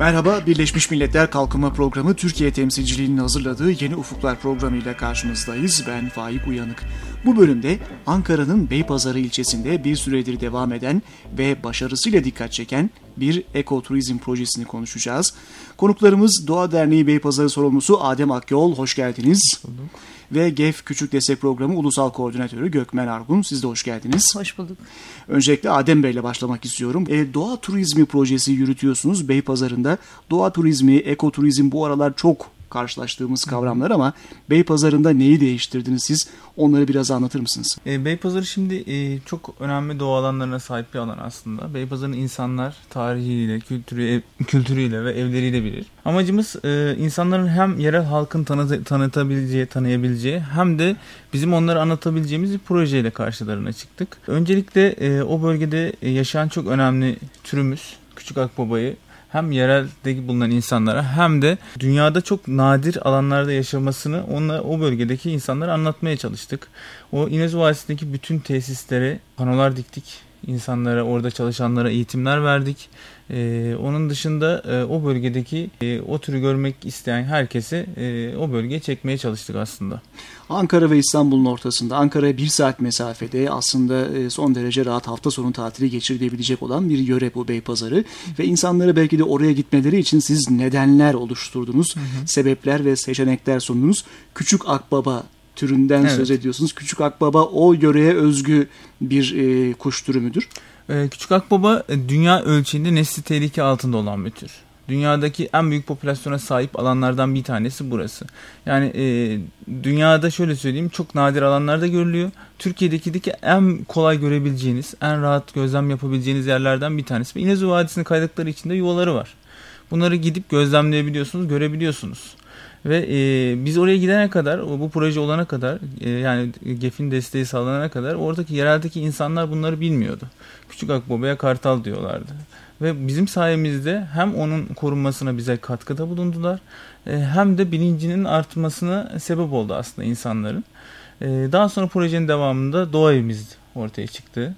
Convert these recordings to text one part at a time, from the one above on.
Merhaba, Birleşmiş Milletler Kalkınma Programı Türkiye temsilciliğinin hazırladığı Yeni Ufuklar programıyla karşınızdayız. Ben Faik Uyanık. Bu bölümde Ankara'nın Beypazarı ilçesinde bir süredir devam eden ve başarısıyla dikkat çeken bir ekoturizm projesini konuşacağız. Konuklarımız Doğa Derneği Beypazarı sorumlusu Adem Akyol, hoş geldiniz. Bulduk. Ve GEF Küçük Destek Programı Ulusal Koordinatörü Gökmen Argun, siz de hoş geldiniz. Hoş bulduk. Öncelikle Adem Bey'le başlamak istiyorum. Doğa turizmi projesi yürütüyorsunuz Beypazarı'nda. Doğa turizmi, ekoturizm bu aralar çok karşılaştığımız kavramlar ama Beypazarı'nda neyi değiştirdiniz siz? Onları biraz anlatır mısınız? Beypazarı şimdi çok önemli doğa alanlarına sahip bir alan aslında. Beypazarı'nı insanlar tarihiyle, kültürüyle ve evleriyle bilir. Amacımız insanların hem yerel halkın tanıyabileceği hem de bizim onları anlatabileceğimiz bir projeyle karşılarına çıktık. Öncelikle o bölgede yaşayan çok önemli türümüz küçük akbabayı hem yerelde bulunan insanlara hem de dünyada çok nadir alanlarda yaşamasını o bölgedeki insanlara anlatmaya çalıştık. O İnezü Vadisi'ndeki bütün tesislere panolar diktik. İnsanlara, orada çalışanlara eğitimler verdik. Onun dışında o bölgedeki o türü görmek isteyen herkesi o bölgeye çekmeye çalıştık aslında. Ankara ve İstanbul'un ortasında, Ankara'ya 1 saat mesafede aslında son derece rahat hafta sonu tatili geçirilebilecek olan bir yöre bu Beypazarı. Ve insanlara belki de oraya gitmeleri için siz nedenler oluşturdunuz, sebepler ve seçenekler sundunuz. Küçük akbaba türünden söz ediyorsunuz. Küçük akbaba o yöreye özgü bir kuş türü müdür? Küçük akbaba dünya ölçeğinde nesli tehlike altında olan bir tür. Dünyadaki en büyük popülasyona sahip alanlardan bir tanesi burası. Yani dünyada şöyle söyleyeyim, çok nadir alanlarda görülüyor. Türkiye'deki en kolay görebileceğiniz, en rahat gözlem yapabileceğiniz yerlerden bir tanesi. Ve İnezü Vadisi'ni kaydıkları içinde yuvaları var. Bunları gidip gözlemleyebiliyorsunuz, görebiliyorsunuz. Ve biz oraya gidene kadar, bu proje olana kadar, yani GEF'in desteği sağlanana kadar oradaki yereldeki insanlar bunları bilmiyordu. Küçük akbabaya kartal diyorlardı. Ve bizim sayemizde hem onun korunmasına bize katkıda bulundular, hem de bilincinin artmasına sebep oldu aslında insanların. Daha sonra projenin devamında Doğa Evimiz ortaya çıktı.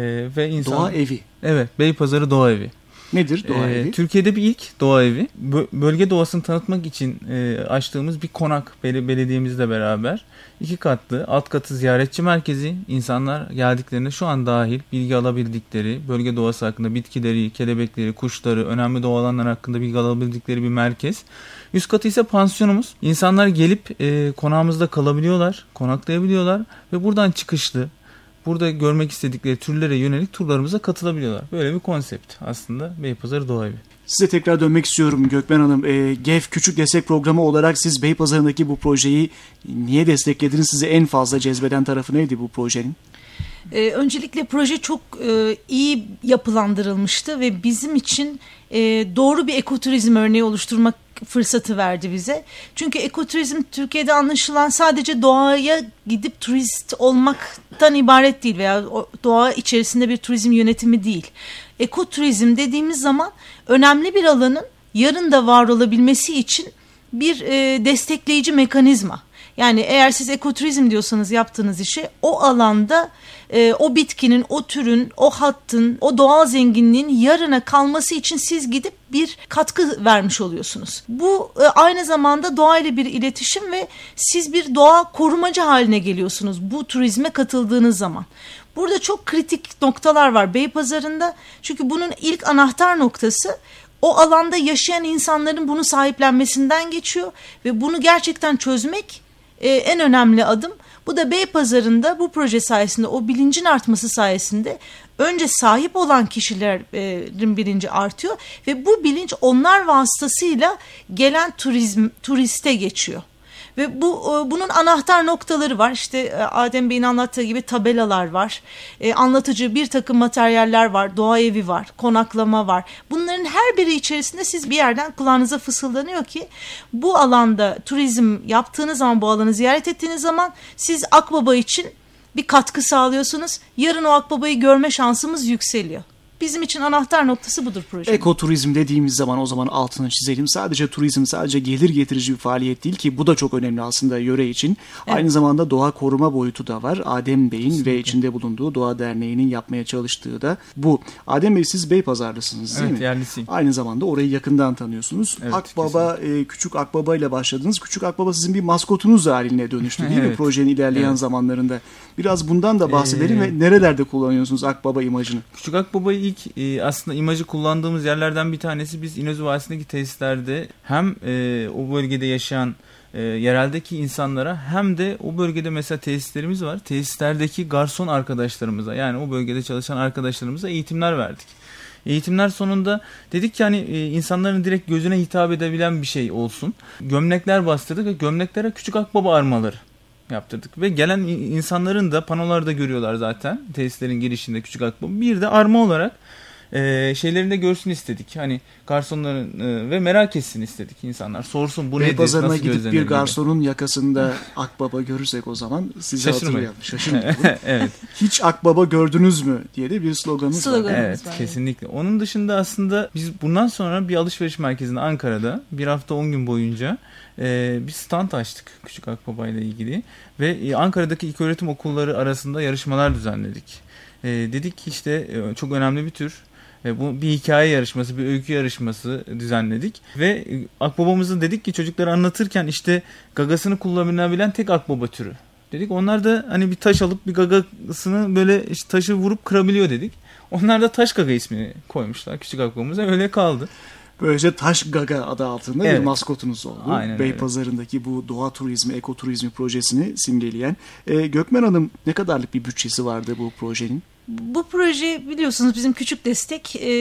Ve Doğa Evi. Evet, Beypazarı Doğa Evi. Nedir Doğa Evi? Türkiye'de bir ilk Doğa Evi. Bölge doğasını tanıtmak için açtığımız bir konak belediyemizle beraber. 2 katlı, alt katı ziyaretçi merkezi. İnsanlar geldiklerinde şu an dahil bilgi alabildikleri, bölge doğası hakkında bitkileri, kelebekleri, kuşları, önemli doğa alanları hakkında bilgi alabildikleri bir merkez. Üst katı ise pansiyonumuz. İnsanlar gelip konağımızda kalabiliyorlar, konaklayabiliyorlar ve buradan çıkışlı, burada görmek istedikleri türlere yönelik turlarımıza katılabiliyorlar. Böyle bir konsept aslında Beypazarı Doğa Evi. Size tekrar dönmek istiyorum Gökmen Hanım. GEF Küçük Destek Programı olarak siz Beypazarı'ndaki bu projeyi niye desteklediniz? Sizi en fazla cezbeden tarafı neydi bu projenin? Öncelikle proje çok iyi yapılandırılmıştı ve bizim için doğru bir ekoturizm örneği oluşturmak fırsatı verdi bize. Çünkü ekoturizm Türkiye'de anlaşılan sadece doğaya gidip turist olmaktan ibaret değil veya doğa içerisinde bir turizm yönetimi değil. Ekoturizm dediğimiz zaman önemli bir alanın yarın da var olabilmesi için bir destekleyici mekanizma. Yani eğer siz ekoturizm diyorsanız yaptığınız işi o alanda o bitkinin, o türün, o hattın, o doğal zenginliğin yarına kalması için siz gidip bir katkı vermiş oluyorsunuz. Bu aynı zamanda doğayla bir iletişim ve siz bir doğa korumacı haline geliyorsunuz bu turizme katıldığınız zaman. Burada çok kritik noktalar var Beypazarı'nda. Çünkü bunun ilk anahtar noktası o alanda yaşayan insanların bunu sahiplenmesinden geçiyor ve bunu gerçekten çözmek en önemli adım. Bu da Beypazarı'nda bu proje sayesinde, o bilincin artması sayesinde önce sahip olan kişilerin bilinci artıyor ve bu bilinç onlar vasıtasıyla gelen turiste geçiyor. Ve bunun anahtar noktaları var. İşte Adem Bey'in anlattığı gibi tabelalar var. Anlatıcı bir takım materyaller var. Doğa evi var. Konaklama var. Bunların her biri içerisinde siz bir yerden kulağınıza fısıldanıyor ki bu alanda turizm yaptığınız zaman, bu alanı ziyaret ettiğiniz zaman siz akbaba için bir katkı sağlıyorsunuz. Yarın o akbabayı görme şansımız yükseliyor. bizim için anahtar noktası budur proje. Ekoturizm dediğimiz zaman o zaman altını çizelim. Sadece turizm, sadece gelir getirici bir faaliyet değil ki, bu da çok önemli aslında yöre için. Evet. Aynı zamanda doğa koruma boyutu da var. Adem Bey'in kesinlikle ve içinde bulunduğu Doğa Derneği'nin yapmaya çalıştığı da bu. Adem Bey, siz Beypazarlısınız değil mi? Evet, yerlisiyim. Aynı zamanda orayı yakından tanıyorsunuz. Evet, Akbaba, Küçük Akbaba ile başladınız. Küçük Akbaba sizin bir maskotunuz haline dönüştü değil mi? Projenin ilerleyen zamanlarında. Biraz bundan da bahsedelim ve nerelerde kullanıyorsunuz Akbaba imajını? Küçük Akbaba'yı ilk aslında imajı kullandığımız yerlerden bir tanesi, biz İnözü Vadisi'ndeki tesislerde hem o bölgede yaşayan yereldeki insanlara hem de o bölgede mesela tesislerimiz var. Tesislerdeki garson arkadaşlarımıza, yani o bölgede çalışan arkadaşlarımıza eğitimler verdik. Eğitimler sonunda dedik ki hani insanların direkt gözüne hitap edebilen bir şey olsun. Gömlekler bastırdık ve gömleklere Küçük Akbaba armaları yaptırdık. Ve gelen insanların da panolarda görüyorlar zaten tesislerin girişinde Küçük Akbaba. Bir de arma olarak şeylerini de görsün istedik. Hani garsonların ve merak etsin istedik insanlar. Sorsun bu nedir, nasıl gözlenir. Pazarına gidip bir garsonun yakasında Akbaba görürsek o zaman sizi hatırlayalım. Şaşırmayın. Evet. Hiç Akbaba gördünüz mü diye de bir sloganımız var. Evet, kesinlikle. Onun dışında aslında biz bundan sonra bir alışveriş merkezinde Ankara'da bir hafta 10 gün boyunca bir stand açtık Küçük Akbaba ile ilgili ve Ankara'daki ilköğretim okulları arasında yarışmalar düzenledik. Dedik ki işte çok önemli bir tür. Bu bir hikaye yarışması, bir öykü yarışması düzenledik. Ve Akbabamızı dedik ki çocuklara anlatırken işte gagasını kullanabilen tek Akbaba türü. Dedik onlar da hani bir taş alıp bir gagasını böyle işte taşı vurup kırabiliyor dedik. Onlar da Taş Gaga ismini koymuşlar Küçük Akbabamıza, öyle kaldı. Böylece Taş Gaga adı altında bir maskotunuz oldu. Aynen Beypazarı'ndaki bu doğa turizmi, ekoturizmi projesini simgeleyen. Gökmen Hanım, ne kadarlık bir bütçesi vardı bu projenin? Bu proje biliyorsunuz bizim küçük destek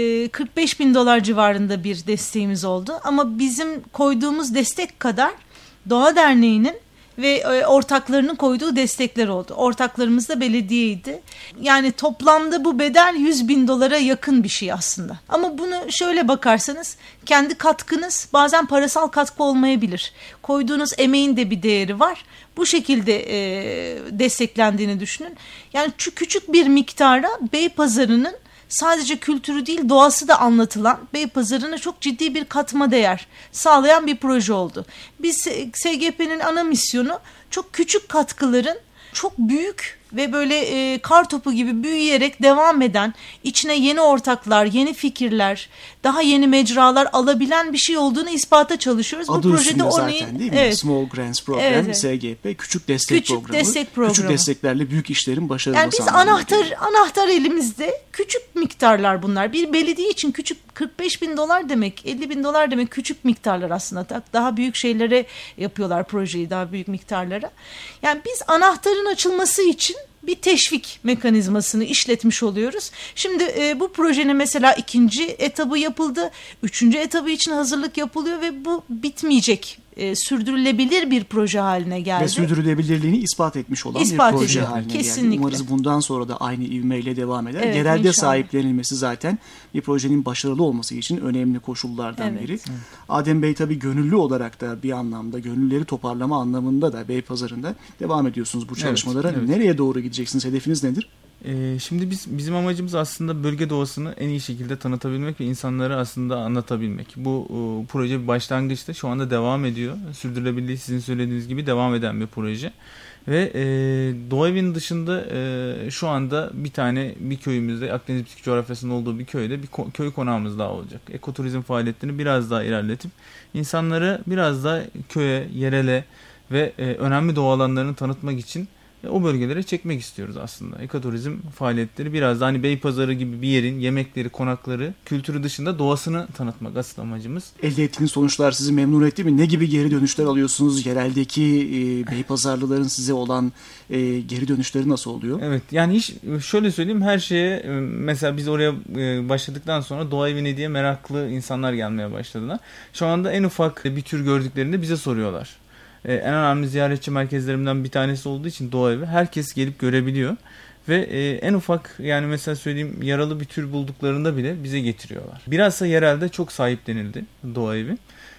$45.000 civarında bir desteğimiz oldu. Ama bizim koyduğumuz destek kadar Doğa Derneği'nin ve ortaklarının koyduğu destekler oldu. Ortaklarımız da belediyeydi. Yani toplamda bu bedel $100.000 yakın bir şey aslında. Ama bunu şöyle bakarsanız kendi katkınız bazen parasal katkı olmayabilir. Koyduğunuz emeğin de bir değeri var. Bu şekilde desteklendiğini düşünün. Yani küçük bir miktara Beypazarı'nın sadece kültürü değil doğası da anlatılan, Beypazarı'na çok ciddi bir katma değer sağlayan bir proje oldu. Biz SGP'nin ana misyonu çok küçük katkıların çok büyük ve böyle kar topu gibi büyüyerek devam eden, içine yeni ortaklar, yeni fikirler, daha yeni mecralar alabilen bir şey olduğunu ispata çalışıyoruz. Adı bu projede zaten değil mi? Evet. Small Grants Program, evet. SGP, Küçük Destek Programı. Küçük desteklerle büyük işlerin başarılı yani biz anahtar elimizde, küçük miktarlar bunlar. Bir belediye için küçük, $45.000 demek, $50.000 demek küçük miktarlar aslında. Daha büyük şeylere yapıyorlar projeyi, daha büyük miktarlara. Yani biz anahtarın açılması için bir teşvik mekanizmasını işletmiş oluyoruz. Şimdi bu projenin mesela 2. etabı yapıldı. 3. etabı için hazırlık yapılıyor ve bu bitmeyecek. Sürdürülebilir bir proje haline geldi. Ve sürdürülebilirliğini ispat etmiş olan bir proje haline kesinlikle geldi. Umarız bundan sonra da aynı ivmeyle devam eder. Evet, yerelde inşallah sahiplenilmesi zaten bir projenin başarılı olması için önemli koşullardan biri. Evet. Adem Bey tabii gönüllü olarak da bir anlamda, gönüllüleri toparlama anlamında da Beypazarı'nda devam ediyorsunuz bu çalışmalara. Evet. Nereye doğru gideceksiniz? Hedefiniz nedir? Şimdi bizim amacımız aslında bölge doğasını en iyi şekilde tanıtabilmek ve insanlara aslında anlatabilmek. Bu proje bir başlangıçta, şu anda devam ediyor. Sürdürülebilirliği sizin söylediğiniz gibi devam eden bir proje. Ve Doğa Evi'nin dışında şu anda bir köyümüzde, Akdeniz Bitki Coğrafyası'nın olduğu bir köyde bir köy konağımız daha olacak. Ekoturizm faaliyetlerini biraz daha ilerletip insanları biraz daha köye, yerele ve önemli doğa alanlarını tanıtmak için o bölgelere çekmek istiyoruz aslında. Ekoturizm faaliyetleri biraz da hani Beypazarı gibi bir yerin yemekleri, konakları, kültürü dışında doğasını tanıtmak asıl amacımız. Elde ettiğiniz sonuçlar sizi memnun etti mi? Ne gibi geri dönüşler alıyorsunuz? Yereldeki Beypazarlıların size olan geri dönüşleri nasıl oluyor? Evet, yani şöyle söyleyeyim, her şeye mesela biz oraya başladıktan sonra Doğa Evi ne diye meraklı insanlar gelmeye başladılar. Şu anda en ufak bir tür gördüklerinde bize soruyorlar. En önemli ziyaretçi merkezlerimden bir tanesi olduğu için Doğa Evi herkes gelip görebiliyor ve en ufak, yani mesela söyleyeyim, yaralı bir tür bulduklarında bile bize getiriyorlar. Bilhassa yerelde çok sahiplenildi Doğa Evi.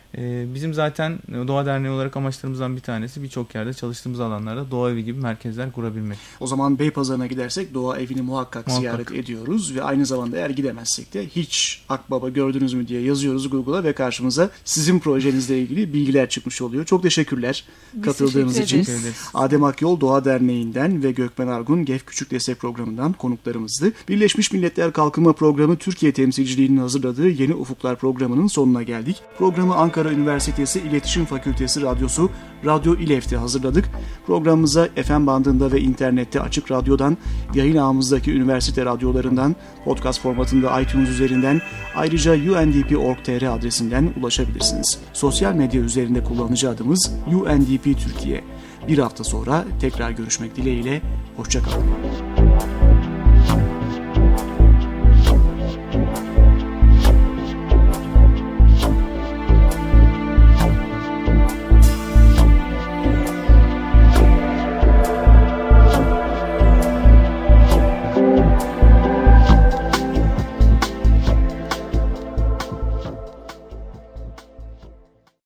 Bizim zaten Doğa Derneği olarak amaçlarımızdan bir tanesi birçok yerde çalıştığımız alanlarda doğa evi gibi merkezler kurabilmek. O zaman Beypazarı'na gidersek doğa evini muhakkak ziyaret ediyoruz ve aynı zamanda eğer gidemezsek de hiç Akbaba gördünüz mü diye yazıyoruz Google'a ve karşımıza sizin projenizle ilgili bilgiler çıkmış oluyor. Çok teşekkürler katıldığınız için. Adem Akyol Doğa Derneği'nden ve Gökmen Argun GEF Küçük Destek Programı'ndan konuklarımızdı. Birleşmiş Milletler Kalkınma Programı Türkiye temsilciliğinin hazırladığı Yeni Ufuklar programının sonuna geldik. Programı Ankara Üniversitesi İletişim Fakültesi Radyosu Radyo İLEF'te hazırladık. Programımıza FM bandında ve internette Açık Radyo'dan, yayın ağımızdaki üniversite radyolarından, podcast formatında iTunes üzerinden, ayrıca UNDP.org.tr adresinden ulaşabilirsiniz. Sosyal medya üzerinde kullanıcı adımız UNDP Türkiye. Bir hafta sonra tekrar görüşmek dileğiyle, hoşça kalın.